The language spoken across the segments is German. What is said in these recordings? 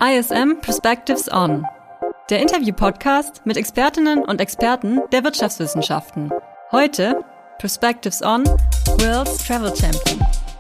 ISM Perspectives On, der Interview-Podcast mit Expertinnen und Experten der Wirtschaftswissenschaften. Heute Perspectives On, World's Travel Champion.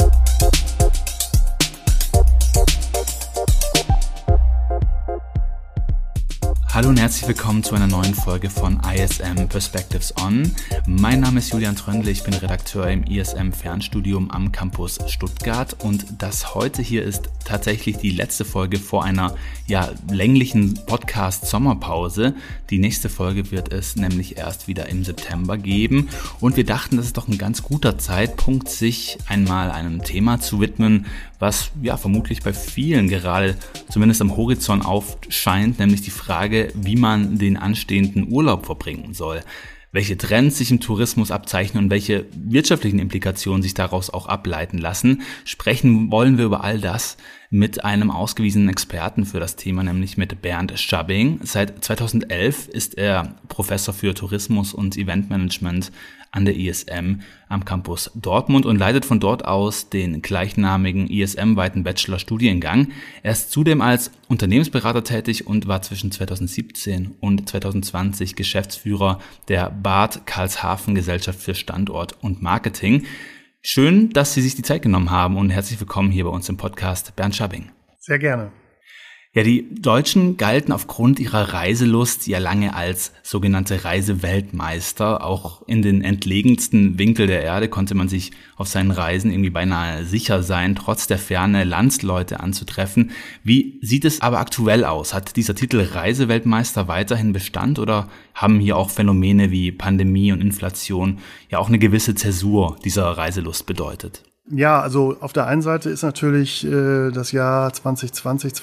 Hallo und herzlich willkommen zu einer neuen Folge von ISM Perspectives On. Mein Name ist Julian Tröndle, ich bin Redakteur im ISM Fernstudium am Campus Stuttgart und das heute hier ist tatsächlich die letzte Folge vor einer länglichen Podcast-Sommerpause. Die nächste Folge wird es nämlich erst wieder im September geben und wir dachten, das ist doch ein ganz guter Zeitpunkt, sich einmal einem Thema zu widmen, was vermutlich bei vielen gerade zumindest am Horizont aufscheint, nämlich die Frage, wie man den anstehenden Urlaub verbringen soll, welche Trends sich im Tourismus abzeichnen und welche wirtschaftlichen Implikationen sich daraus auch ableiten lassen. Sprechen wollen wir über all das mit einem ausgewiesenen Experten für das Thema, nämlich mit Bernd Schabbing. Seit 2011 ist er Professor für Tourismus und Eventmanagement an der ISM am Campus Dortmund und leitet von dort aus den gleichnamigen ISM-weiten Bachelor-Studiengang. Er ist zudem als Unternehmensberater tätig und war zwischen 2017 und 2020 Geschäftsführer der Bad Karlshafen Gesellschaft für Standort und Marketing. Schön, dass Sie sich die Zeit genommen haben und herzlich willkommen hier bei uns im Podcast, Bernd Schabbing. Sehr gerne. Ja, die Deutschen galten aufgrund ihrer Reiselust ja lange als sogenannte Reiseweltmeister. Auch in den entlegensten Winkel der Erde konnte man sich auf seinen Reisen irgendwie beinahe sicher sein, trotz der Ferne Landsleute anzutreffen. Wie sieht es aber aktuell aus? Hat dieser Titel Reiseweltmeister weiterhin Bestand oder haben hier auch Phänomene wie Pandemie und Inflation ja auch eine gewisse Zäsur dieser Reiselust bedeutet? Ja, also auf der einen Seite ist natürlich das Jahr 2020,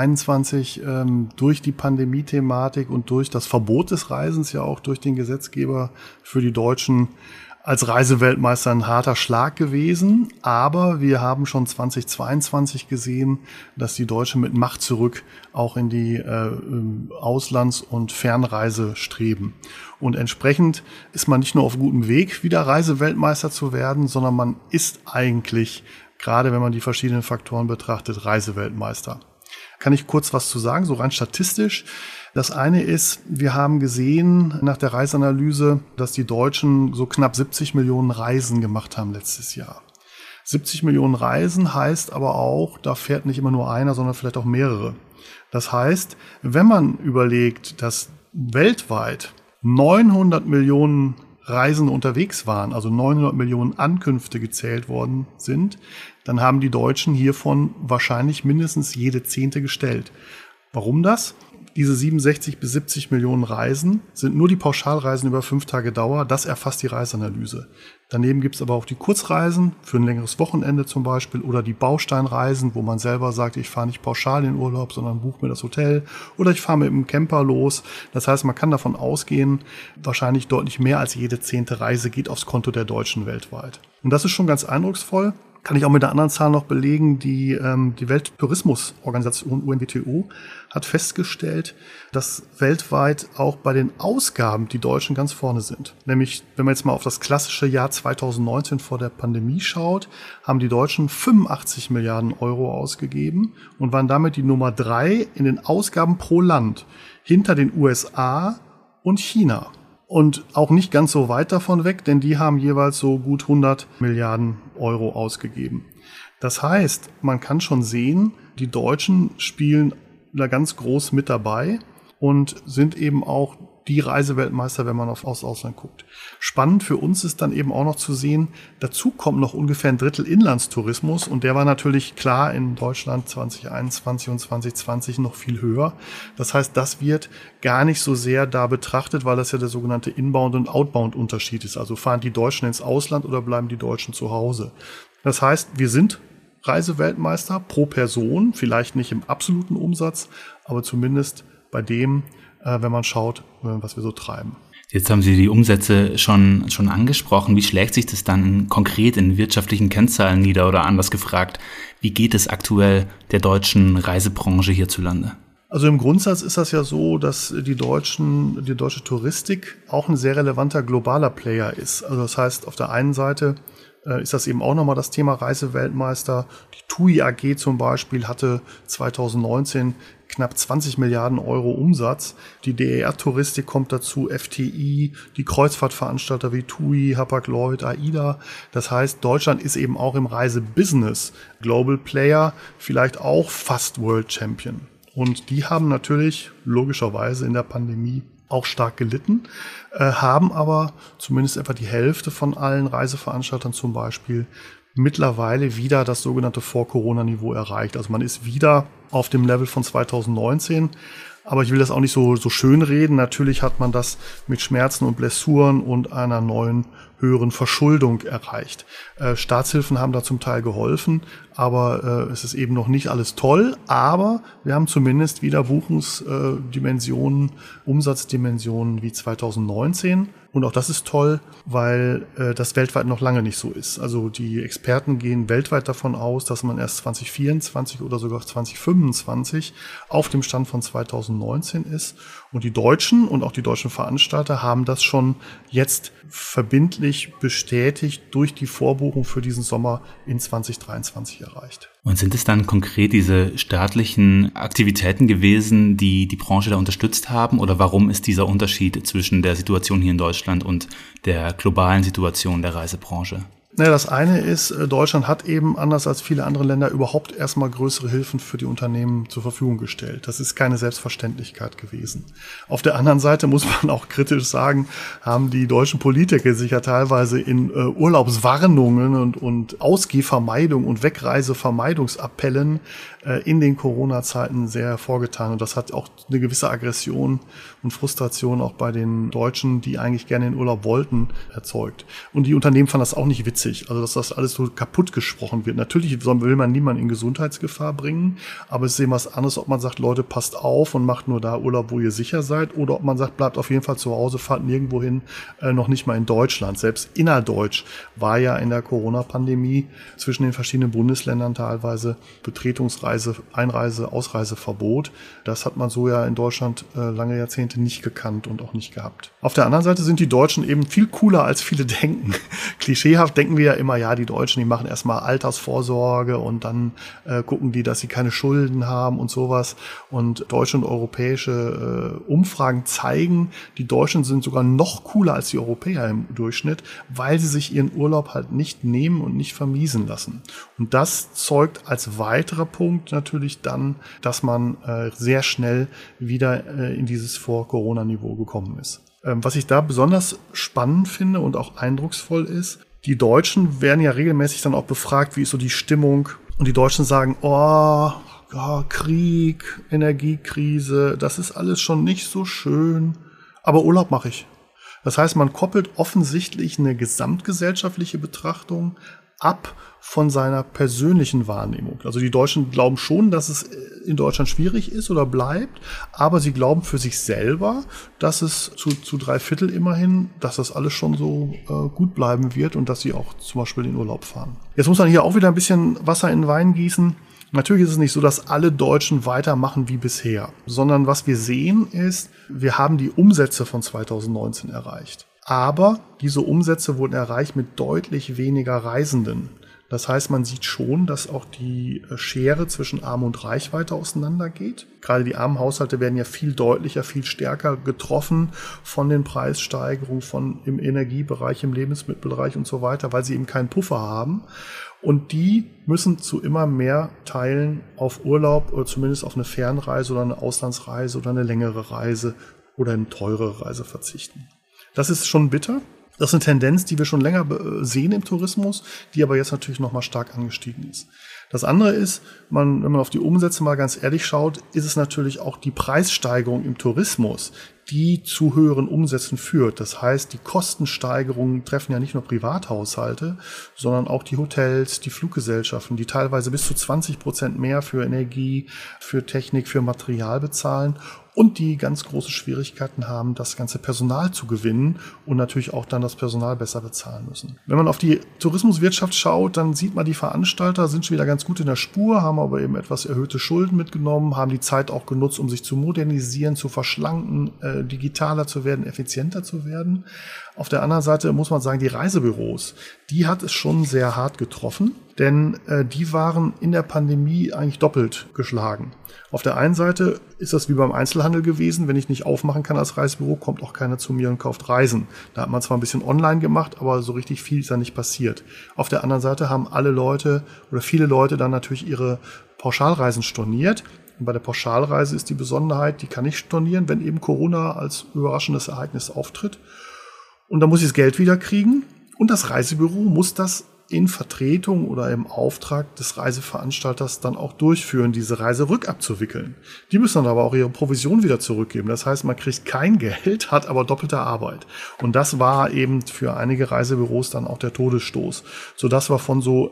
2021 durch die Pandemie-Thematik und durch das Verbot des Reisens, ja auch durch den Gesetzgeber für die Deutschen als Reiseweltmeister ein harter Schlag gewesen. Aber wir haben schon 2022 gesehen, dass die Deutschen mit Macht zurück auch in die Auslands- und Fernreise streben. Und entsprechend ist man nicht nur auf gutem Weg, wieder Reiseweltmeister zu werden, sondern man ist eigentlich, gerade wenn man die verschiedenen Faktoren betrachtet, Reiseweltmeister. Kann ich kurz was zu sagen, so rein statistisch? Das eine ist, wir haben gesehen nach der Reiseanalyse, dass die Deutschen so knapp 70 Millionen Reisen gemacht haben letztes Jahr. 70 Millionen Reisen heißt aber auch, da fährt nicht immer nur einer, sondern vielleicht auch mehrere. Das heißt, wenn man überlegt, dass weltweit 900 Millionen Reisende unterwegs waren, also 900 Millionen Ankünfte gezählt worden sind, dann haben die Deutschen hiervon wahrscheinlich mindestens jede 10. gestellt. Warum das? Diese 67 bis 70 Millionen Reisen sind nur die Pauschalreisen über 5 Tage Dauer. Das erfasst die Reiseanalyse. Daneben gibt es aber auch die Kurzreisen für ein längeres Wochenende zum Beispiel oder die Bausteinreisen, wo man selber sagt, ich fahre nicht pauschal in den Urlaub, sondern buche mir das Hotel oder ich fahre mit dem Camper los. Das heißt, man kann davon ausgehen, wahrscheinlich deutlich mehr als jede 10. Reise geht aufs Konto der Deutschen weltweit. Und das ist schon ganz eindrucksvoll. Kann ich auch mit der anderen Zahl noch belegen, die Welttourismusorganisation UNWTO hat festgestellt, dass weltweit auch bei den Ausgaben die Deutschen ganz vorne sind. Nämlich, wenn man jetzt mal auf das klassische Jahr 2019 vor der Pandemie schaut, haben die Deutschen 85 Milliarden Euro ausgegeben und waren damit die Nummer 3 in den Ausgaben pro Land hinter den USA und China. Und auch nicht ganz so weit davon weg, denn die haben jeweils so gut 100 Milliarden Euro ausgegeben. Das heißt, man kann schon sehen, die Deutschen spielen da ganz groß mit dabei und sind eben auch die Reiseweltmeister, wenn man aufs Ausland guckt. Spannend für uns ist dann eben auch noch zu sehen, dazu kommt noch ungefähr ein Drittel Inlandstourismus und der war natürlich klar in Deutschland 2021 und 2020 noch viel höher. Das heißt, das wird gar nicht so sehr da betrachtet, weil das ja der sogenannte Inbound- und Outbound-Unterschied ist. Also fahren die Deutschen ins Ausland oder bleiben die Deutschen zu Hause? Das heißt, wir sind Reiseweltmeister pro Person, vielleicht nicht im absoluten Umsatz, aber zumindest bei dem, wenn man schaut, was wir so treiben. Jetzt haben Sie die Umsätze schon angesprochen. Wie schlägt sich das dann konkret in wirtschaftlichen Kennzahlen nieder oder anders gefragt, wie geht es aktuell der deutschen Reisebranche hierzulande? Also im Grundsatz ist das ja so, dass die deutsche Touristik auch ein sehr relevanter globaler Player ist. Also das heißt, auf der einen Seite ist das eben auch nochmal das Thema Reiseweltmeister. Die TUI AG zum Beispiel hatte 2019 knapp 20 Milliarden Euro Umsatz. Die DER-Touristik kommt dazu, FTI, die Kreuzfahrtveranstalter wie TUI, Hapag-Lloyd, AIDA. Das heißt, Deutschland ist eben auch im Reisebusiness Global Player, vielleicht auch fast World Champion. Und die haben natürlich logischerweise in der Pandemie auch stark gelitten, haben aber zumindest etwa die Hälfte von allen Reiseveranstaltern zum Beispiel mittlerweile wieder das sogenannte Vor-Corona-Niveau erreicht. Also man ist wieder auf dem Level von 2019. Aber ich will das auch nicht so schön reden. Natürlich hat man das mit Schmerzen und Blessuren und einer neuen höheren Verschuldung erreicht. Staatshilfen haben da zum Teil geholfen, aber es ist eben noch nicht alles toll. Aber wir haben zumindest wieder Buchungsdimensionen, Umsatzdimensionen wie 2019. Und auch das ist toll, weil das weltweit noch lange nicht so ist. Also die Experten gehen weltweit davon aus, dass man erst 2024 oder sogar 2025 auf dem Stand von 2019 ist. Und die Deutschen und auch die deutschen Veranstalter haben das schon jetzt verbindlich bestätigt durch die Vorbuchung für diesen Sommer in 2023 erreicht. Und sind es dann konkret diese staatlichen Aktivitäten gewesen, die die Branche da unterstützt haben? Oder warum ist dieser Unterschied zwischen der Situation hier in Deutschland und der globalen Situation der Reisebranche? Naja, das eine ist, Deutschland hat eben anders als viele andere Länder überhaupt erstmal größere Hilfen für die Unternehmen zur Verfügung gestellt. Das ist keine Selbstverständlichkeit gewesen. Auf der anderen Seite muss man auch kritisch sagen, haben die deutschen Politiker sich ja teilweise in Urlaubswarnungen und Ausgehvermeidung und Wegreisevermeidungsappellen in den Corona-Zeiten sehr hervorgetan. Und das hat auch eine gewisse Aggression und Frustration auch bei den Deutschen, die eigentlich gerne in Urlaub wollten, erzeugt. Und die Unternehmen fanden das auch nicht witzig. Also, dass das alles so kaputt gesprochen wird. Natürlich will man niemanden in Gesundheitsgefahr bringen, aber es ist eben was anderes, ob man sagt, Leute, passt auf und macht nur da Urlaub, wo ihr sicher seid, oder ob man sagt, bleibt auf jeden Fall zu Hause, fahrt nirgendwo hin, noch nicht mal in Deutschland. Selbst innerdeutsch war ja in der Corona-Pandemie zwischen den verschiedenen Bundesländern teilweise Betretungsreise, Einreise, Ausreiseverbot. Das hat man so ja in Deutschland lange Jahrzehnte nicht gekannt und auch nicht gehabt. Auf der anderen Seite sind die Deutschen eben viel cooler, als viele denken. Klischeehaft denken wir ja immer, ja, die Deutschen, die machen erstmal Altersvorsorge und dann gucken die, dass sie keine Schulden haben und sowas. Und deutsche und europäische Umfragen zeigen, die Deutschen sind sogar noch cooler als die Europäer im Durchschnitt, weil sie sich ihren Urlaub halt nicht nehmen und nicht vermiesen lassen. Und das zeugt als weiterer Punkt natürlich dann, dass man sehr schnell wieder in dieses Vor-Corona-Niveau gekommen ist. Was ich da besonders spannend finde und auch eindrucksvoll ist, die Deutschen werden ja regelmäßig dann auch befragt, wie ist so die Stimmung. Und die Deutschen sagen, Krieg, Energiekrise, das ist alles schon nicht so schön, aber Urlaub mache ich. Das heißt, man koppelt offensichtlich eine gesamtgesellschaftliche Betrachtung ab von seiner persönlichen Wahrnehmung. Also die Deutschen glauben schon, dass es in Deutschland schwierig ist oder bleibt, aber sie glauben für sich selber, dass es zu 3/4 immerhin, dass das alles schon so gut bleiben wird und dass sie auch zum Beispiel in Urlaub fahren. Jetzt muss man hier auch wieder ein bisschen Wasser in den Wein gießen. Natürlich ist es nicht so, dass alle Deutschen weitermachen wie bisher, sondern was wir sehen ist, wir haben die Umsätze von 2019 erreicht. Aber diese Umsätze wurden erreicht mit deutlich weniger Reisenden. Das heißt, man sieht schon, dass auch die Schere zwischen Arm und Reich weiter auseinandergeht. Gerade die armen Haushalte werden ja viel deutlicher, viel stärker getroffen von den Preissteigerungen im Energiebereich, im Lebensmittelbereich und so weiter, weil sie eben keinen Puffer haben. Und die müssen zu immer mehr Teilen auf Urlaub oder zumindest auf eine Fernreise oder eine Auslandsreise oder eine längere Reise oder eine teurere Reise verzichten. Das ist schon bitter. Das ist eine Tendenz, die wir schon länger sehen im Tourismus, die aber jetzt natürlich nochmal stark angestiegen ist. Das andere ist, wenn man auf die Umsätze mal ganz ehrlich schaut, ist es natürlich auch die Preissteigerung im Tourismus, die zu höheren Umsätzen führt. Das heißt, die Kostensteigerungen treffen ja nicht nur Privathaushalte, sondern auch die Hotels, die Fluggesellschaften, die teilweise bis zu 20% mehr für Energie, für Technik, für Material bezahlen und die ganz große Schwierigkeiten haben, das ganze Personal zu gewinnen und natürlich auch dann das Personal besser bezahlen müssen. Wenn man auf die Tourismuswirtschaft schaut, dann sieht man, die Veranstalter sind schon wieder ganz gut in der Spur, haben aber eben etwas erhöhte Schulden mitgenommen, haben die Zeit auch genutzt, um sich zu modernisieren, zu verschlanken, digitaler zu werden, effizienter zu werden. Auf der anderen Seite muss man sagen, die Reisebüros, die hat es schon sehr hart getroffen, denn die waren in der Pandemie eigentlich doppelt geschlagen. Auf der einen Seite ist das wie beim Einzelhandel gewesen, wenn ich nicht aufmachen kann als Reisebüro, kommt auch keiner zu mir und kauft Reisen. Da hat man zwar ein bisschen online gemacht, aber so richtig viel ist da nicht passiert. Auf der anderen Seite haben alle Leute oder viele Leute dann natürlich ihre Pauschalreisen storniert. Und bei der Pauschalreise ist die Besonderheit, die kann ich stornieren, wenn eben Corona als überraschendes Ereignis auftritt. Und dann muss ich das Geld wieder kriegen und das Reisebüro muss das in Vertretung oder im Auftrag des Reiseveranstalters dann auch durchführen, diese Reise rückabzuwickeln. Die müssen dann aber auch ihre Provision wieder zurückgeben. Das heißt, man kriegt kein Geld, hat aber doppelte Arbeit. Und das war eben für einige Reisebüros dann auch der Todesstoß, sodass wir von so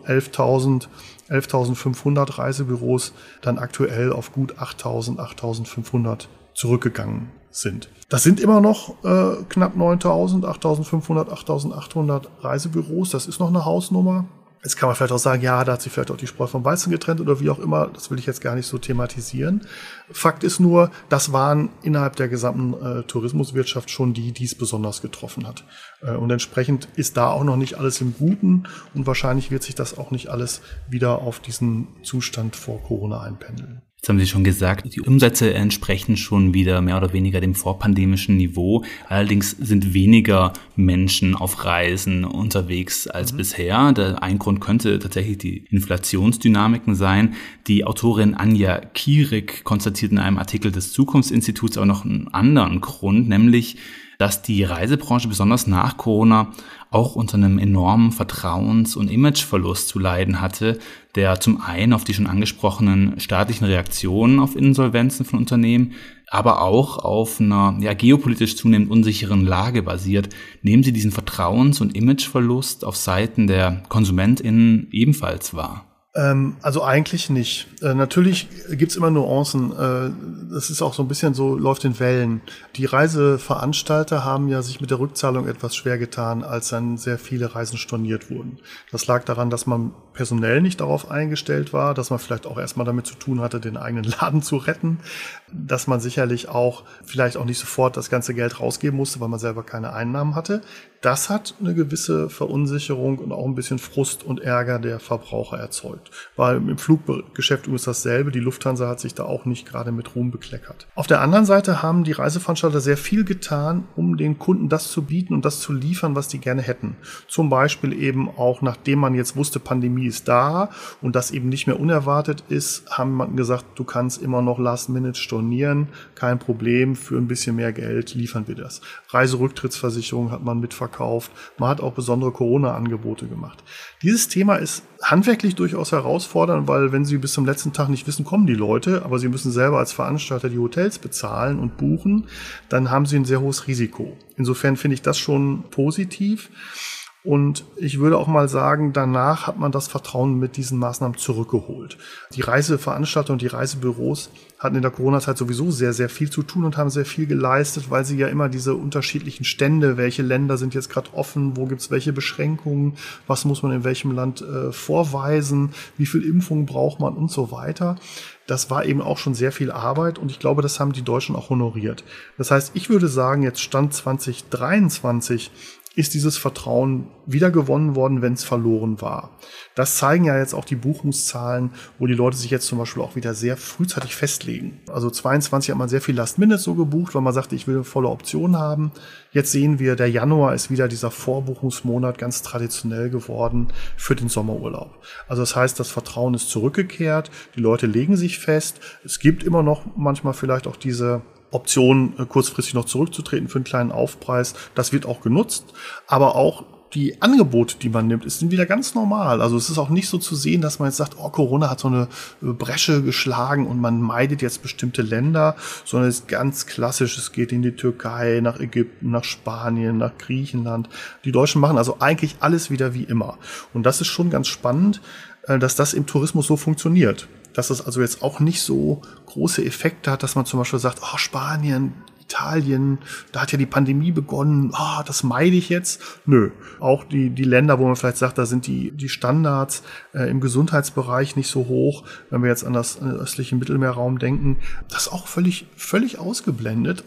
11.500 Reisebüros dann aktuell auf gut 8.000, 8.500 zurückgegangen sind. Das sind immer noch knapp 9.000, 8.500, 8.800 Reisebüros. Das ist noch eine Hausnummer. Jetzt kann man vielleicht auch sagen, ja, da hat sich vielleicht auch die Spreu vom Weizen getrennt oder wie auch immer. Das will ich jetzt gar nicht so thematisieren. Fakt ist nur, das waren innerhalb der gesamten Tourismuswirtschaft schon die es besonders getroffen hat. Und entsprechend ist da auch noch nicht alles im Guten und wahrscheinlich wird sich das auch nicht alles wieder auf diesen Zustand vor Corona einpendeln. Jetzt haben Sie schon gesagt, die Umsätze entsprechen schon wieder mehr oder weniger dem vorpandemischen Niveau. Allerdings sind weniger Menschen auf Reisen unterwegs als bisher. Ein Grund könnte tatsächlich die Inflationsdynamiken sein. Die Autorin Anja Kierig konstatiert in einem Artikel des Zukunftsinstituts auch noch einen anderen Grund, nämlich dass die Reisebranche besonders nach Corona auch unter einem enormen Vertrauens- und Imageverlust zu leiden hatte, der zum einen auf die schon angesprochenen staatlichen Reaktionen auf Insolvenzen von Unternehmen, aber auch auf einer geopolitisch zunehmend unsicheren Lage basiert. Nehmen Sie diesen Vertrauens- und Imageverlust auf Seiten der KonsumentInnen ebenfalls wahr? Also eigentlich nicht. Natürlich gibt's immer Nuancen. Das ist auch so ein bisschen so, läuft in Wellen. Die Reiseveranstalter haben ja sich mit der Rückzahlung etwas schwer getan, als dann sehr viele Reisen storniert wurden. Das lag daran, dass man personell nicht darauf eingestellt war, dass man vielleicht auch erstmal damit zu tun hatte, den eigenen Laden zu retten, dass man sicherlich auch vielleicht auch nicht sofort das ganze Geld rausgeben musste, weil man selber keine Einnahmen hatte. Das hat eine gewisse Verunsicherung und auch ein bisschen Frust und Ärger der Verbraucher erzeugt. Weil im Fluggeschäft ist dasselbe. Die Lufthansa hat sich da auch nicht gerade mit Ruhm bekleckert. Auf der anderen Seite haben die Reiseveranstalter sehr viel getan, um den Kunden das zu bieten und das zu liefern, was die gerne hätten. Zum Beispiel eben auch, nachdem man jetzt wusste, Pandemie ist da und das eben nicht mehr unerwartet ist, haben man gesagt, du kannst immer noch Last-Minute stornieren, kein Problem, für ein bisschen mehr Geld liefern wir das. Reiserücktrittsversicherung hat man mitverkauft, man hat auch besondere Corona-Angebote gemacht. Dieses Thema ist handwerklich durchaus herausfordernd, weil wenn Sie bis zum letzten Tag nicht wissen, kommen die Leute, aber Sie müssen selber als Veranstalter die Hotels bezahlen und buchen, dann haben Sie ein sehr hohes Risiko. Insofern finde ich das schon positiv. Und ich würde auch mal sagen, danach hat man das Vertrauen mit diesen Maßnahmen zurückgeholt. Die Reiseveranstalter und die Reisebüros hatten in der Corona-Zeit sowieso sehr, sehr viel zu tun und haben sehr viel geleistet, weil sie ja immer diese unterschiedlichen Stände, welche Länder sind jetzt gerade offen, wo gibt's welche Beschränkungen, was muss man in welchem Land vorweisen, wie viel Impfungen braucht man und so weiter. Das war eben auch schon sehr viel Arbeit und ich glaube, das haben die Deutschen auch honoriert. Das heißt, ich würde sagen, jetzt Stand 2023 ist dieses Vertrauen wieder gewonnen worden, wenn es verloren war. Das zeigen ja jetzt auch die Buchungszahlen, wo die Leute sich jetzt zum Beispiel auch wieder sehr frühzeitig festlegen. Also 22 hat man sehr viel Last-Minute so gebucht, weil man sagte, ich will eine volle Option haben. Jetzt sehen wir, der Januar ist wieder dieser Vorbuchungsmonat ganz traditionell geworden für den Sommerurlaub. Also das heißt, das Vertrauen ist zurückgekehrt, die Leute legen sich fest. Es gibt immer noch manchmal vielleicht auch diese Option, kurzfristig noch zurückzutreten für einen kleinen Aufpreis. Das wird auch genutzt, aber auch die Angebote, die man nimmt, sind wieder ganz normal. Also es ist auch nicht so zu sehen, dass man jetzt sagt, oh, Corona hat so eine Bresche geschlagen und man meidet jetzt bestimmte Länder, sondern es ist ganz klassisch. Es geht in die Türkei, nach Ägypten, nach Spanien, nach Griechenland. Die Deutschen machen also eigentlich alles wieder wie immer. Und das ist schon ganz spannend, dass das im Tourismus so funktioniert. Dass das also jetzt auch nicht so große Effekte hat, dass man zum Beispiel sagt, oh, Spanien, Italien, da hat ja die Pandemie begonnen, das meide ich jetzt. Nö, auch die Länder, wo man vielleicht sagt, da sind die Standards im Gesundheitsbereich nicht so hoch, wenn wir jetzt an den östlichen Mittelmeerraum denken, das ist auch völlig ausgeblendet oder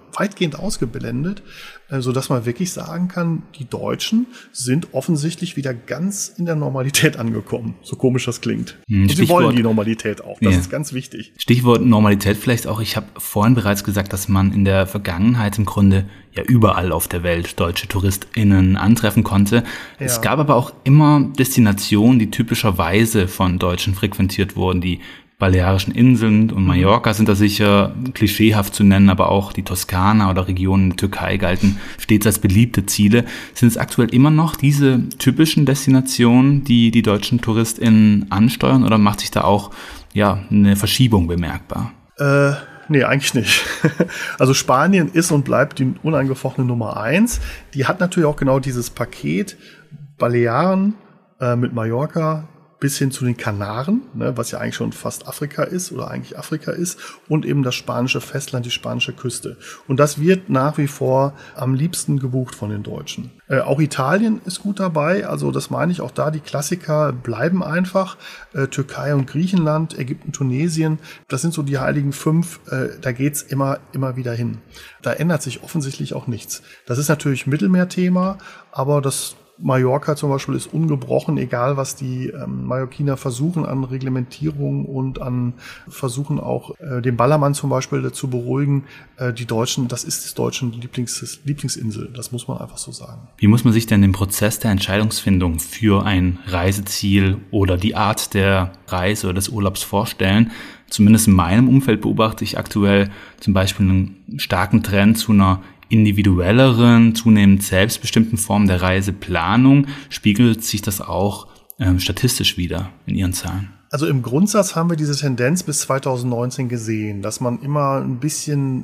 weitgehend ausgeblendet, sodass man wirklich sagen kann, die Deutschen sind offensichtlich wieder ganz in der Normalität angekommen, so komisch das klingt. Und sie wollen die Normalität auch, das ist ganz wichtig. Stichwort Normalität vielleicht auch. Ich habe vorhin bereits gesagt, dass man in der Vergangenheit im Grunde ja überall auf der Welt deutsche TouristInnen antreffen konnte. Ja. Es gab aber auch immer Destinationen, die typischerweise von Deutschen frequentiert wurden. Die Balearischen Inseln und Mallorca sind da sicher klischeehaft zu nennen, aber auch die Toskana oder Regionen in der Türkei galten stets als beliebte Ziele. Sind es aktuell immer noch diese typischen Destinationen, die die deutschen TouristInnen ansteuern, oder macht sich da auch eine Verschiebung bemerkbar? Nee, eigentlich nicht. Also Spanien ist und bleibt die unangefochtene Nummer 1. Die hat natürlich auch genau dieses Paket Balearen mit Mallorca bis hin zu den Kanaren, was ja eigentlich schon fast Afrika ist oder eigentlich Afrika ist, und eben das spanische Festland, die spanische Küste. Und das wird nach wie vor am liebsten gebucht von den Deutschen. Auch Italien ist gut dabei, also das meine ich, auch da die Klassiker bleiben einfach. Türkei und Griechenland, Ägypten, Tunesien, das sind so die heiligen 5, da geht's immer wieder hin. Da ändert sich offensichtlich auch nichts. Das ist natürlich Mittelmeerthema, aber das Mallorca zum Beispiel ist ungebrochen, egal was die Mallorquiner versuchen an Reglementierung und an versuchen auch den Ballermann zum Beispiel zu beruhigen. Die Deutschen, das ist des Deutschen Lieblingsinsel, das muss man einfach so sagen. Wie muss man sich denn den Prozess der Entscheidungsfindung für ein Reiseziel oder die Art der Reise oder des Urlaubs vorstellen? Zumindest in meinem Umfeld beobachte ich aktuell zum Beispiel einen starken Trend zu einer individuelleren, zunehmend selbstbestimmten Form der Reiseplanung. Spiegelt sich das auch statistisch wider in Ihren Zahlen? Also im Grundsatz haben wir diese Tendenz bis 2019 gesehen, dass man immer ein bisschen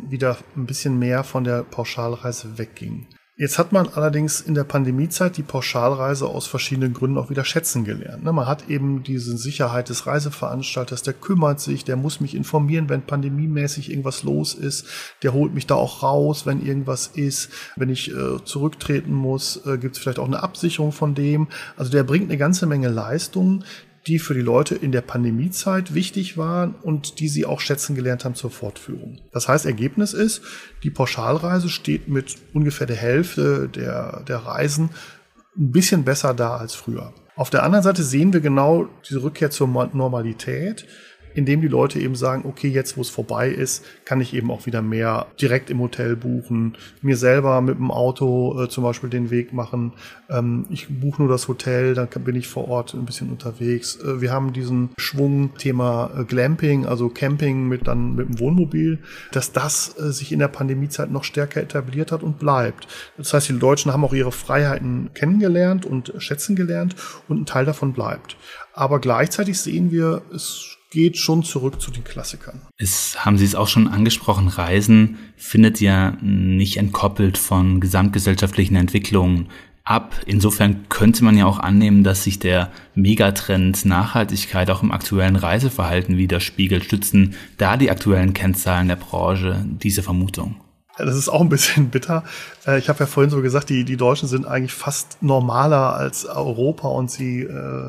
mehr von der Pauschalreise wegging. Jetzt hat man allerdings in der Pandemiezeit die Pauschalreise aus verschiedenen Gründen auch wieder schätzen gelernt. Man hat eben diese Sicherheit des Reiseveranstalters, der kümmert sich, der muss mich informieren, wenn pandemiemäßig irgendwas los ist, der holt mich da auch raus, wenn irgendwas ist, wenn ich zurücktreten muss, gibt es vielleicht auch eine Absicherung von dem. Also der bringt eine ganze Menge Leistungen, die für die Leute in der Pandemiezeit wichtig waren und die sie auch schätzen gelernt haben zur Fortführung. Das heißt, Ergebnis ist, die Pauschalreise steht mit ungefähr der Hälfte der Reisen ein bisschen besser da als früher. Auf der anderen Seite sehen wir genau diese Rückkehr zur Normalität, indem die Leute eben sagen, okay, jetzt wo es vorbei ist, kann ich eben auch wieder mehr direkt im Hotel buchen, mir selber mit dem Auto zum Beispiel den Weg machen. Ich buche nur das Hotel, dann bin ich vor Ort ein bisschen unterwegs. Wir haben diesen Schwung-Thema Glamping, also Camping mit dem Wohnmobil, dass das sich in der Pandemiezeit noch stärker etabliert hat und bleibt. Das heißt, die Deutschen haben auch ihre Freiheiten kennengelernt und schätzen gelernt und ein Teil davon bleibt. Aber gleichzeitig sehen wir, es geht schon zurück zu den Klassikern. Haben Sie es auch schon angesprochen, Reisen findet ja nicht entkoppelt von gesamtgesellschaftlichen Entwicklungen ab. Insofern könnte man ja auch annehmen, dass sich der Megatrend Nachhaltigkeit auch im aktuellen Reiseverhalten widerspiegelt. Stützen da die aktuellen Kennzahlen der Branche diese Vermutung? Das ist auch ein bisschen bitter. Ich habe ja vorhin so gesagt, die Deutschen sind eigentlich fast normaler als Europa und sie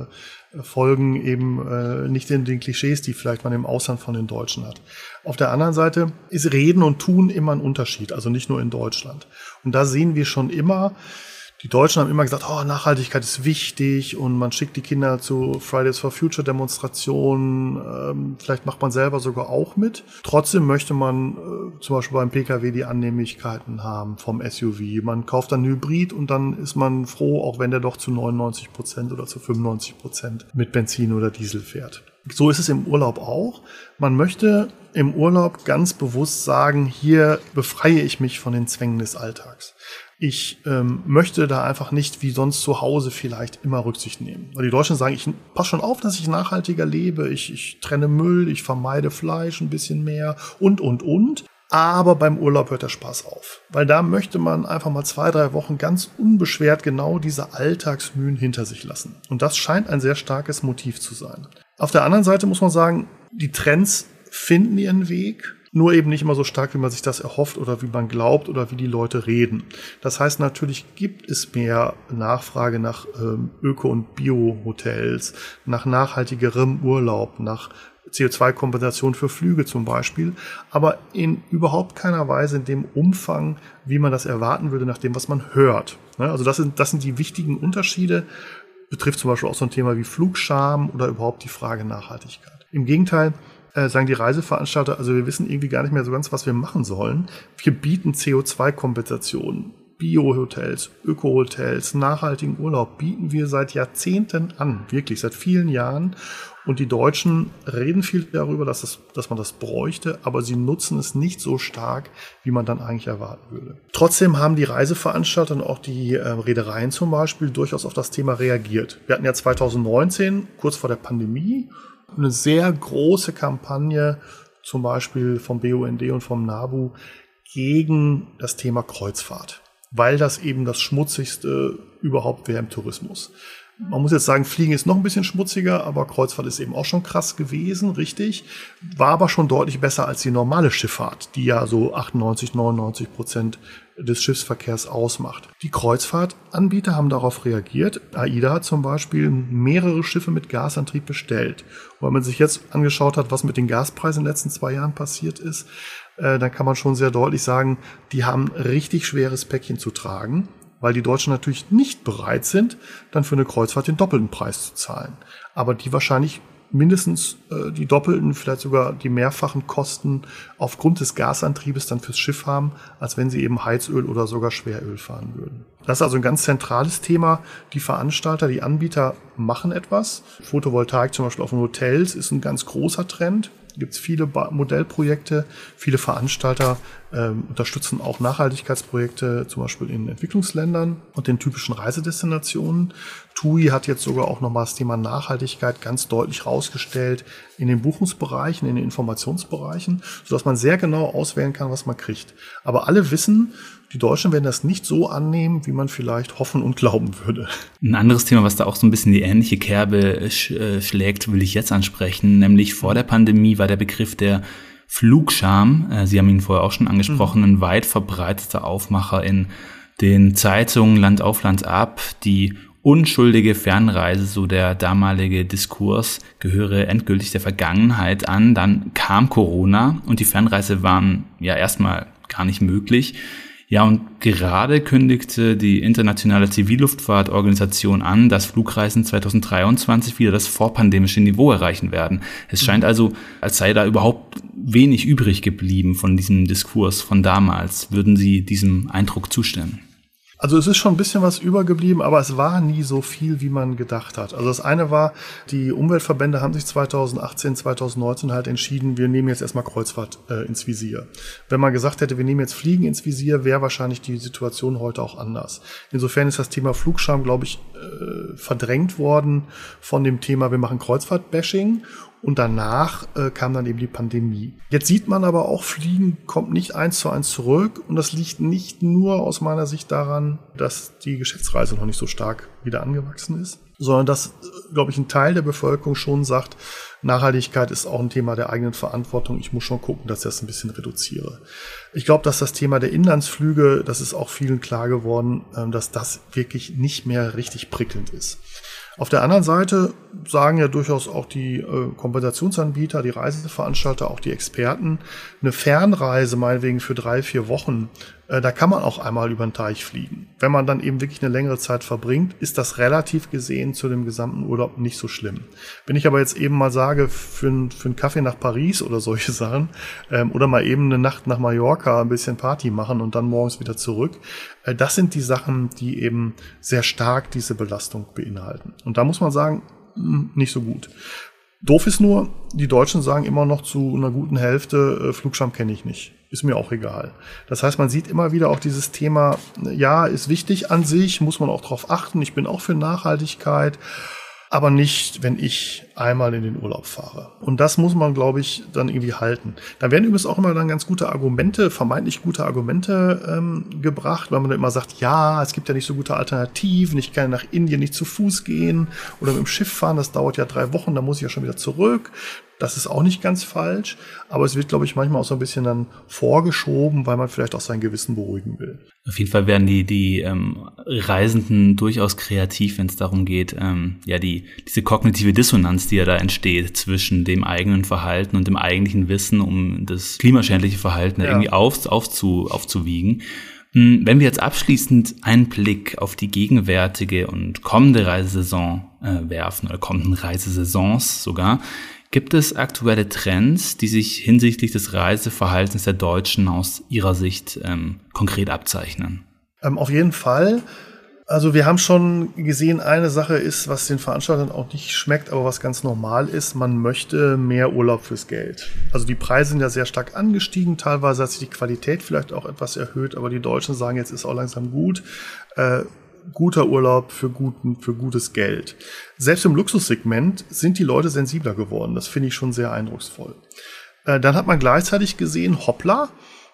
folgen eben nicht den Klischees, die vielleicht man im Ausland von den Deutschen hat. Auf der anderen Seite ist Reden und Tun immer ein Unterschied, also nicht nur in Deutschland. Und da sehen wir schon immer, die Deutschen haben immer gesagt, Nachhaltigkeit ist wichtig und man schickt die Kinder zu Fridays for Future Demonstrationen, vielleicht macht man selber sogar auch mit. Trotzdem möchte man zum Beispiel beim Pkw die Annehmlichkeiten haben vom SUV. Man kauft dann einen Hybrid und dann ist man froh, auch wenn der doch zu 99% oder zu 95% mit Benzin oder Diesel fährt. So ist es im Urlaub auch. Man möchte im Urlaub ganz bewusst sagen, hier befreie ich mich von den Zwängen des Alltags. Ich möchte da einfach nicht wie sonst zu Hause vielleicht immer Rücksicht nehmen. Weil die Deutschen sagen, ich passe schon auf, dass ich nachhaltiger lebe, ich trenne Müll, ich vermeide Fleisch ein bisschen mehr und. Aber beim Urlaub hört der Spaß auf. Weil da möchte man einfach mal 2-3 Wochen ganz unbeschwert genau diese Alltagsmühen hinter sich lassen. Und das scheint ein sehr starkes Motiv zu sein. Auf der anderen Seite muss man sagen, die Trends finden ihren Weg, nur eben nicht immer so stark, wie man sich das erhofft oder wie man glaubt oder wie die Leute reden. Das heißt, natürlich gibt es mehr Nachfrage nach Öko- und Bio-Hotels, nach nachhaltigerem Urlaub, nach CO2-Kompensation für Flüge zum Beispiel, aber in überhaupt keiner Weise in dem Umfang, wie man das erwarten würde, nach dem, was man hört. Also das sind die wichtigen Unterschiede, betrifft zum Beispiel auch so ein Thema wie Flugscham oder überhaupt die Frage Nachhaltigkeit. Im Gegenteil, sagen die Reiseveranstalter, also wir wissen irgendwie gar nicht mehr so ganz, was wir machen sollen. Wir bieten CO2-Kompensationen, Bio-Hotels, Öko-Hotels, nachhaltigen Urlaub bieten wir seit Jahrzehnten an, wirklich seit vielen Jahren. Und die Deutschen reden viel darüber, dass man das bräuchte, aber sie nutzen es nicht so stark, wie man dann eigentlich erwarten würde. Trotzdem haben die Reiseveranstalter und auch die Reedereien zum Beispiel durchaus auf das Thema reagiert. Wir hatten ja 2019, kurz vor der Pandemie, eine sehr große Kampagne, zum Beispiel vom BUND und vom NABU, gegen das Thema Kreuzfahrt, weil das eben das Schmutzigste überhaupt wäre im Tourismus. Man muss jetzt sagen, Fliegen ist noch ein bisschen schmutziger, aber Kreuzfahrt ist eben auch schon krass gewesen, richtig. War aber schon deutlich besser als die normale Schifffahrt, die ja so 98-99% des Schiffsverkehrs ausmacht. Die Kreuzfahrtanbieter haben darauf reagiert. AIDA hat zum Beispiel mehrere Schiffe mit Gasantrieb bestellt. Und wenn man sich jetzt angeschaut hat, was mit den Gaspreisen in den letzten 2 Jahren passiert ist, dann kann man schon sehr deutlich sagen, die haben ein richtig schweres Päckchen zu tragen, weil die Deutschen natürlich nicht bereit sind, dann für eine Kreuzfahrt den doppelten Preis zu zahlen. Aber die wahrscheinlich mindestens die doppelten, vielleicht sogar die mehrfachen Kosten aufgrund des Gasantriebes dann fürs Schiff haben, als wenn sie eben Heizöl oder sogar Schweröl fahren würden. Das ist also ein ganz zentrales Thema. Die Veranstalter, die Anbieter machen etwas. Photovoltaik zum Beispiel auf den Hotels ist ein ganz großer Trend. Da gibt es viele Modellprojekte, viele Veranstalter unterstützen auch Nachhaltigkeitsprojekte, zum Beispiel in Entwicklungsländern und den typischen Reisedestinationen. TUI hat jetzt sogar auch nochmal das Thema Nachhaltigkeit ganz deutlich rausgestellt in den Buchungsbereichen, in den Informationsbereichen, sodass man sehr genau auswählen kann, was man kriegt. Aber alle wissen, die Deutschen werden das nicht so annehmen, wie man vielleicht hoffen und glauben würde. Ein anderes Thema, was da auch so ein bisschen die ähnliche Kerbe schlägt, will ich jetzt ansprechen. Nämlich vor der Pandemie war der Begriff der Flugscham, Sie haben ihn vorher auch schon angesprochen, ein weit verbreiteter Aufmacher in den Zeitungen Land auf, Land ab. Die unschuldige Fernreise, so der damalige Diskurs, gehöre endgültig der Vergangenheit an. Dann kam Corona und die Fernreise waren ja erstmal gar nicht möglich. Ja, und gerade kündigte die Internationale Zivilluftfahrtorganisation an, dass Flugreisen 2023 wieder das vorpandemische Niveau erreichen werden. Es scheint also, als sei da überhaupt wenig übrig geblieben von diesem Diskurs von damals. Würden Sie diesem Eindruck zustimmen? Also es ist schon ein bisschen was übergeblieben, aber es war nie so viel, wie man gedacht hat. Also das eine war, die Umweltverbände haben sich 2018, 2019 halt entschieden, wir nehmen jetzt erstmal Kreuzfahrt ins Visier. Wenn man gesagt hätte, wir nehmen jetzt Fliegen ins Visier, wäre wahrscheinlich die Situation heute auch anders. Insofern ist das Thema Flugscham, glaube ich, verdrängt worden von dem Thema, wir machen Kreuzfahrt-Bashing. Und danach kam dann eben die Pandemie. Jetzt sieht man aber auch, Fliegen kommt nicht 1:1 zurück. Und das liegt nicht nur aus meiner Sicht daran, dass die Geschäftsreise noch nicht so stark wieder angewachsen ist, sondern dass, glaube ich, ein Teil der Bevölkerung schon sagt, Nachhaltigkeit ist auch ein Thema der eigenen Verantwortung. Ich muss schon gucken, dass ich das ein bisschen reduziere. Ich glaube, dass das Thema der Inlandsflüge, das ist auch vielen klar geworden, dass das wirklich nicht mehr richtig prickelnd ist. Auf der anderen Seite sagen ja durchaus auch die Kompensationsanbieter, die Reiseveranstalter, auch die Experten, eine Fernreise meinetwegen für 3-4 Wochen, da kann man auch einmal über den Teich fliegen. Wenn man dann eben wirklich eine längere Zeit verbringt, ist das relativ gesehen zu dem gesamten Urlaub nicht so schlimm. Wenn ich aber jetzt eben mal sage, für einen Kaffee nach Paris oder solche Sachen, oder mal eben eine Nacht nach Mallorca ein bisschen Party machen und dann morgens wieder zurück, das sind die Sachen, die eben sehr stark diese Belastung beinhalten. Und da muss man sagen, nicht so gut. Doof ist nur, die Deutschen sagen immer noch zu einer guten Hälfte, Flugscham kenne ich nicht. Ist mir auch egal. Das heißt, man sieht immer wieder auch dieses Thema, ja, ist wichtig an sich, muss man auch drauf achten. Ich bin auch für Nachhaltigkeit, aber nicht, wenn ich einmal in den Urlaub fahre. Und das muss man, glaube ich, dann irgendwie halten. Da werden übrigens auch immer dann ganz gute Argumente, vermeintlich gute Argumente gebracht, weil man dann immer sagt, ja, es gibt ja nicht so gute Alternativen, ich kann nach Indien nicht zu Fuß gehen oder mit dem Schiff fahren, das dauert ja 3 Wochen, da muss ich ja schon wieder zurück. Das ist auch nicht ganz falsch, aber es wird, glaube ich, manchmal auch so ein bisschen dann vorgeschoben, weil man vielleicht auch sein Gewissen beruhigen will. Auf jeden Fall werden die Reisenden durchaus kreativ, wenn es darum geht, diese kognitive Dissonanz, die ja da entsteht zwischen dem eigenen Verhalten und dem eigentlichen Wissen, um das klimaschädliche Verhalten irgendwie aufzuwiegen. Wenn wir jetzt abschließend einen Blick auf die gegenwärtige und kommende Reisesaison werfen, oder kommenden Reisesaisons sogar, gibt es aktuelle Trends, die sich hinsichtlich des Reiseverhaltens der Deutschen aus Ihrer Sicht konkret abzeichnen? Auf jeden Fall. Also wir haben schon gesehen, eine Sache ist, was den Veranstaltern auch nicht schmeckt, aber was ganz normal ist, man möchte mehr Urlaub fürs Geld. Also die Preise sind ja sehr stark angestiegen, teilweise hat sich die Qualität vielleicht auch etwas erhöht, aber die Deutschen sagen, jetzt ist auch langsam gut. Guter Urlaub für gutes Geld. Selbst im Luxussegment sind die Leute sensibler geworden. Das finde ich schon sehr eindrucksvoll. Dann hat man gleichzeitig gesehen, hoppla,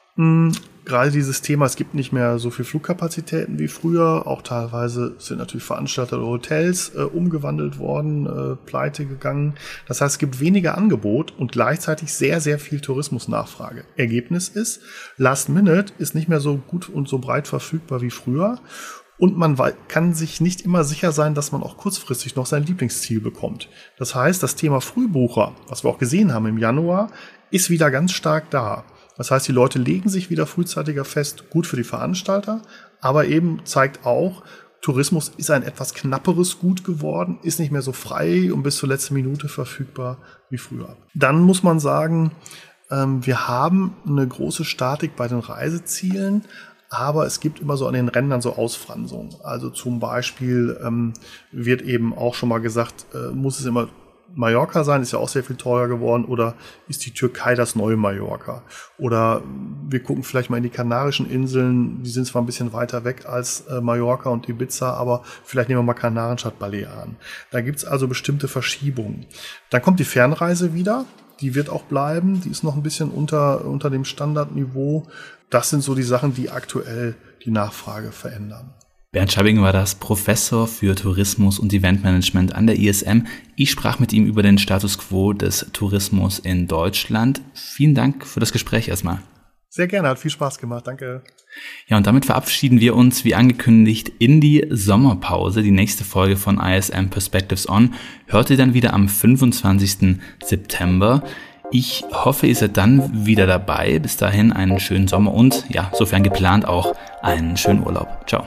gerade dieses Thema, es gibt nicht mehr so viel Flugkapazitäten wie früher. Auch teilweise sind natürlich Veranstalter oder Hotels umgewandelt worden, pleite gegangen. Das heißt, es gibt weniger Angebot und gleichzeitig sehr, sehr viel Tourismusnachfrage. Ergebnis ist, Last Minute ist nicht mehr so gut und so breit verfügbar wie früher. Und man kann sich nicht immer sicher sein, dass man auch kurzfristig noch sein Lieblingsziel bekommt. Das heißt, das Thema Frühbucher, was wir auch gesehen haben im Januar, ist wieder ganz stark da. Das heißt, die Leute legen sich wieder frühzeitiger fest, gut für die Veranstalter, aber eben zeigt auch, Tourismus ist ein etwas knapperes Gut geworden, ist nicht mehr so frei und bis zur letzten Minute verfügbar wie früher. Dann muss man sagen, wir haben eine große Statik bei den Reisezielen, aber es gibt immer so an den Rändern so Ausfranzungen. Also zum Beispiel wird eben auch schon mal gesagt, muss es immer Mallorca sein, ist ja auch sehr viel teurer geworden, oder ist die Türkei das neue Mallorca? Oder wir gucken vielleicht mal in die Kanarischen Inseln, die sind zwar ein bisschen weiter weg als Mallorca und Ibiza, aber vielleicht nehmen wir mal Kanaren statt Balearen. Da gibt's also bestimmte Verschiebungen. Dann kommt die Fernreise wieder, die wird auch bleiben, die ist noch ein bisschen unter dem Standardniveau. Das sind so die Sachen, die aktuell die Nachfrage verändern. Bernd Schabbing war das, Professor für Tourismus und Eventmanagement an der ISM. Ich sprach mit ihm über den Status quo des Tourismus in Deutschland. Vielen Dank für das Gespräch erstmal. Sehr gerne, hat viel Spaß gemacht, danke. Ja, und damit verabschieden wir uns, wie angekündigt, in die Sommerpause. Die nächste Folge von ISM Perspectives On hört ihr dann wieder am 25. September. Ich hoffe, ihr seid dann wieder dabei. Bis dahin einen schönen Sommer und, ja, sofern geplant auch, einen schönen Urlaub. Ciao.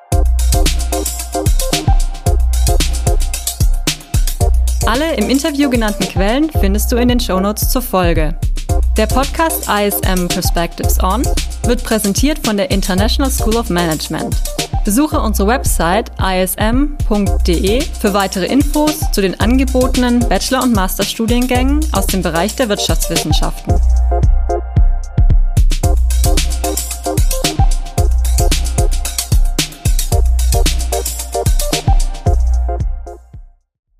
Alle im Interview genannten Quellen findest du in den Shownotes zur Folge. Der Podcast ISM Perspectives On wird präsentiert von der International School of Management. Besuche unsere Website ism.de für weitere Infos zu den angebotenen Bachelor- und Masterstudiengängen aus dem Bereich der Wirtschaftswissenschaften.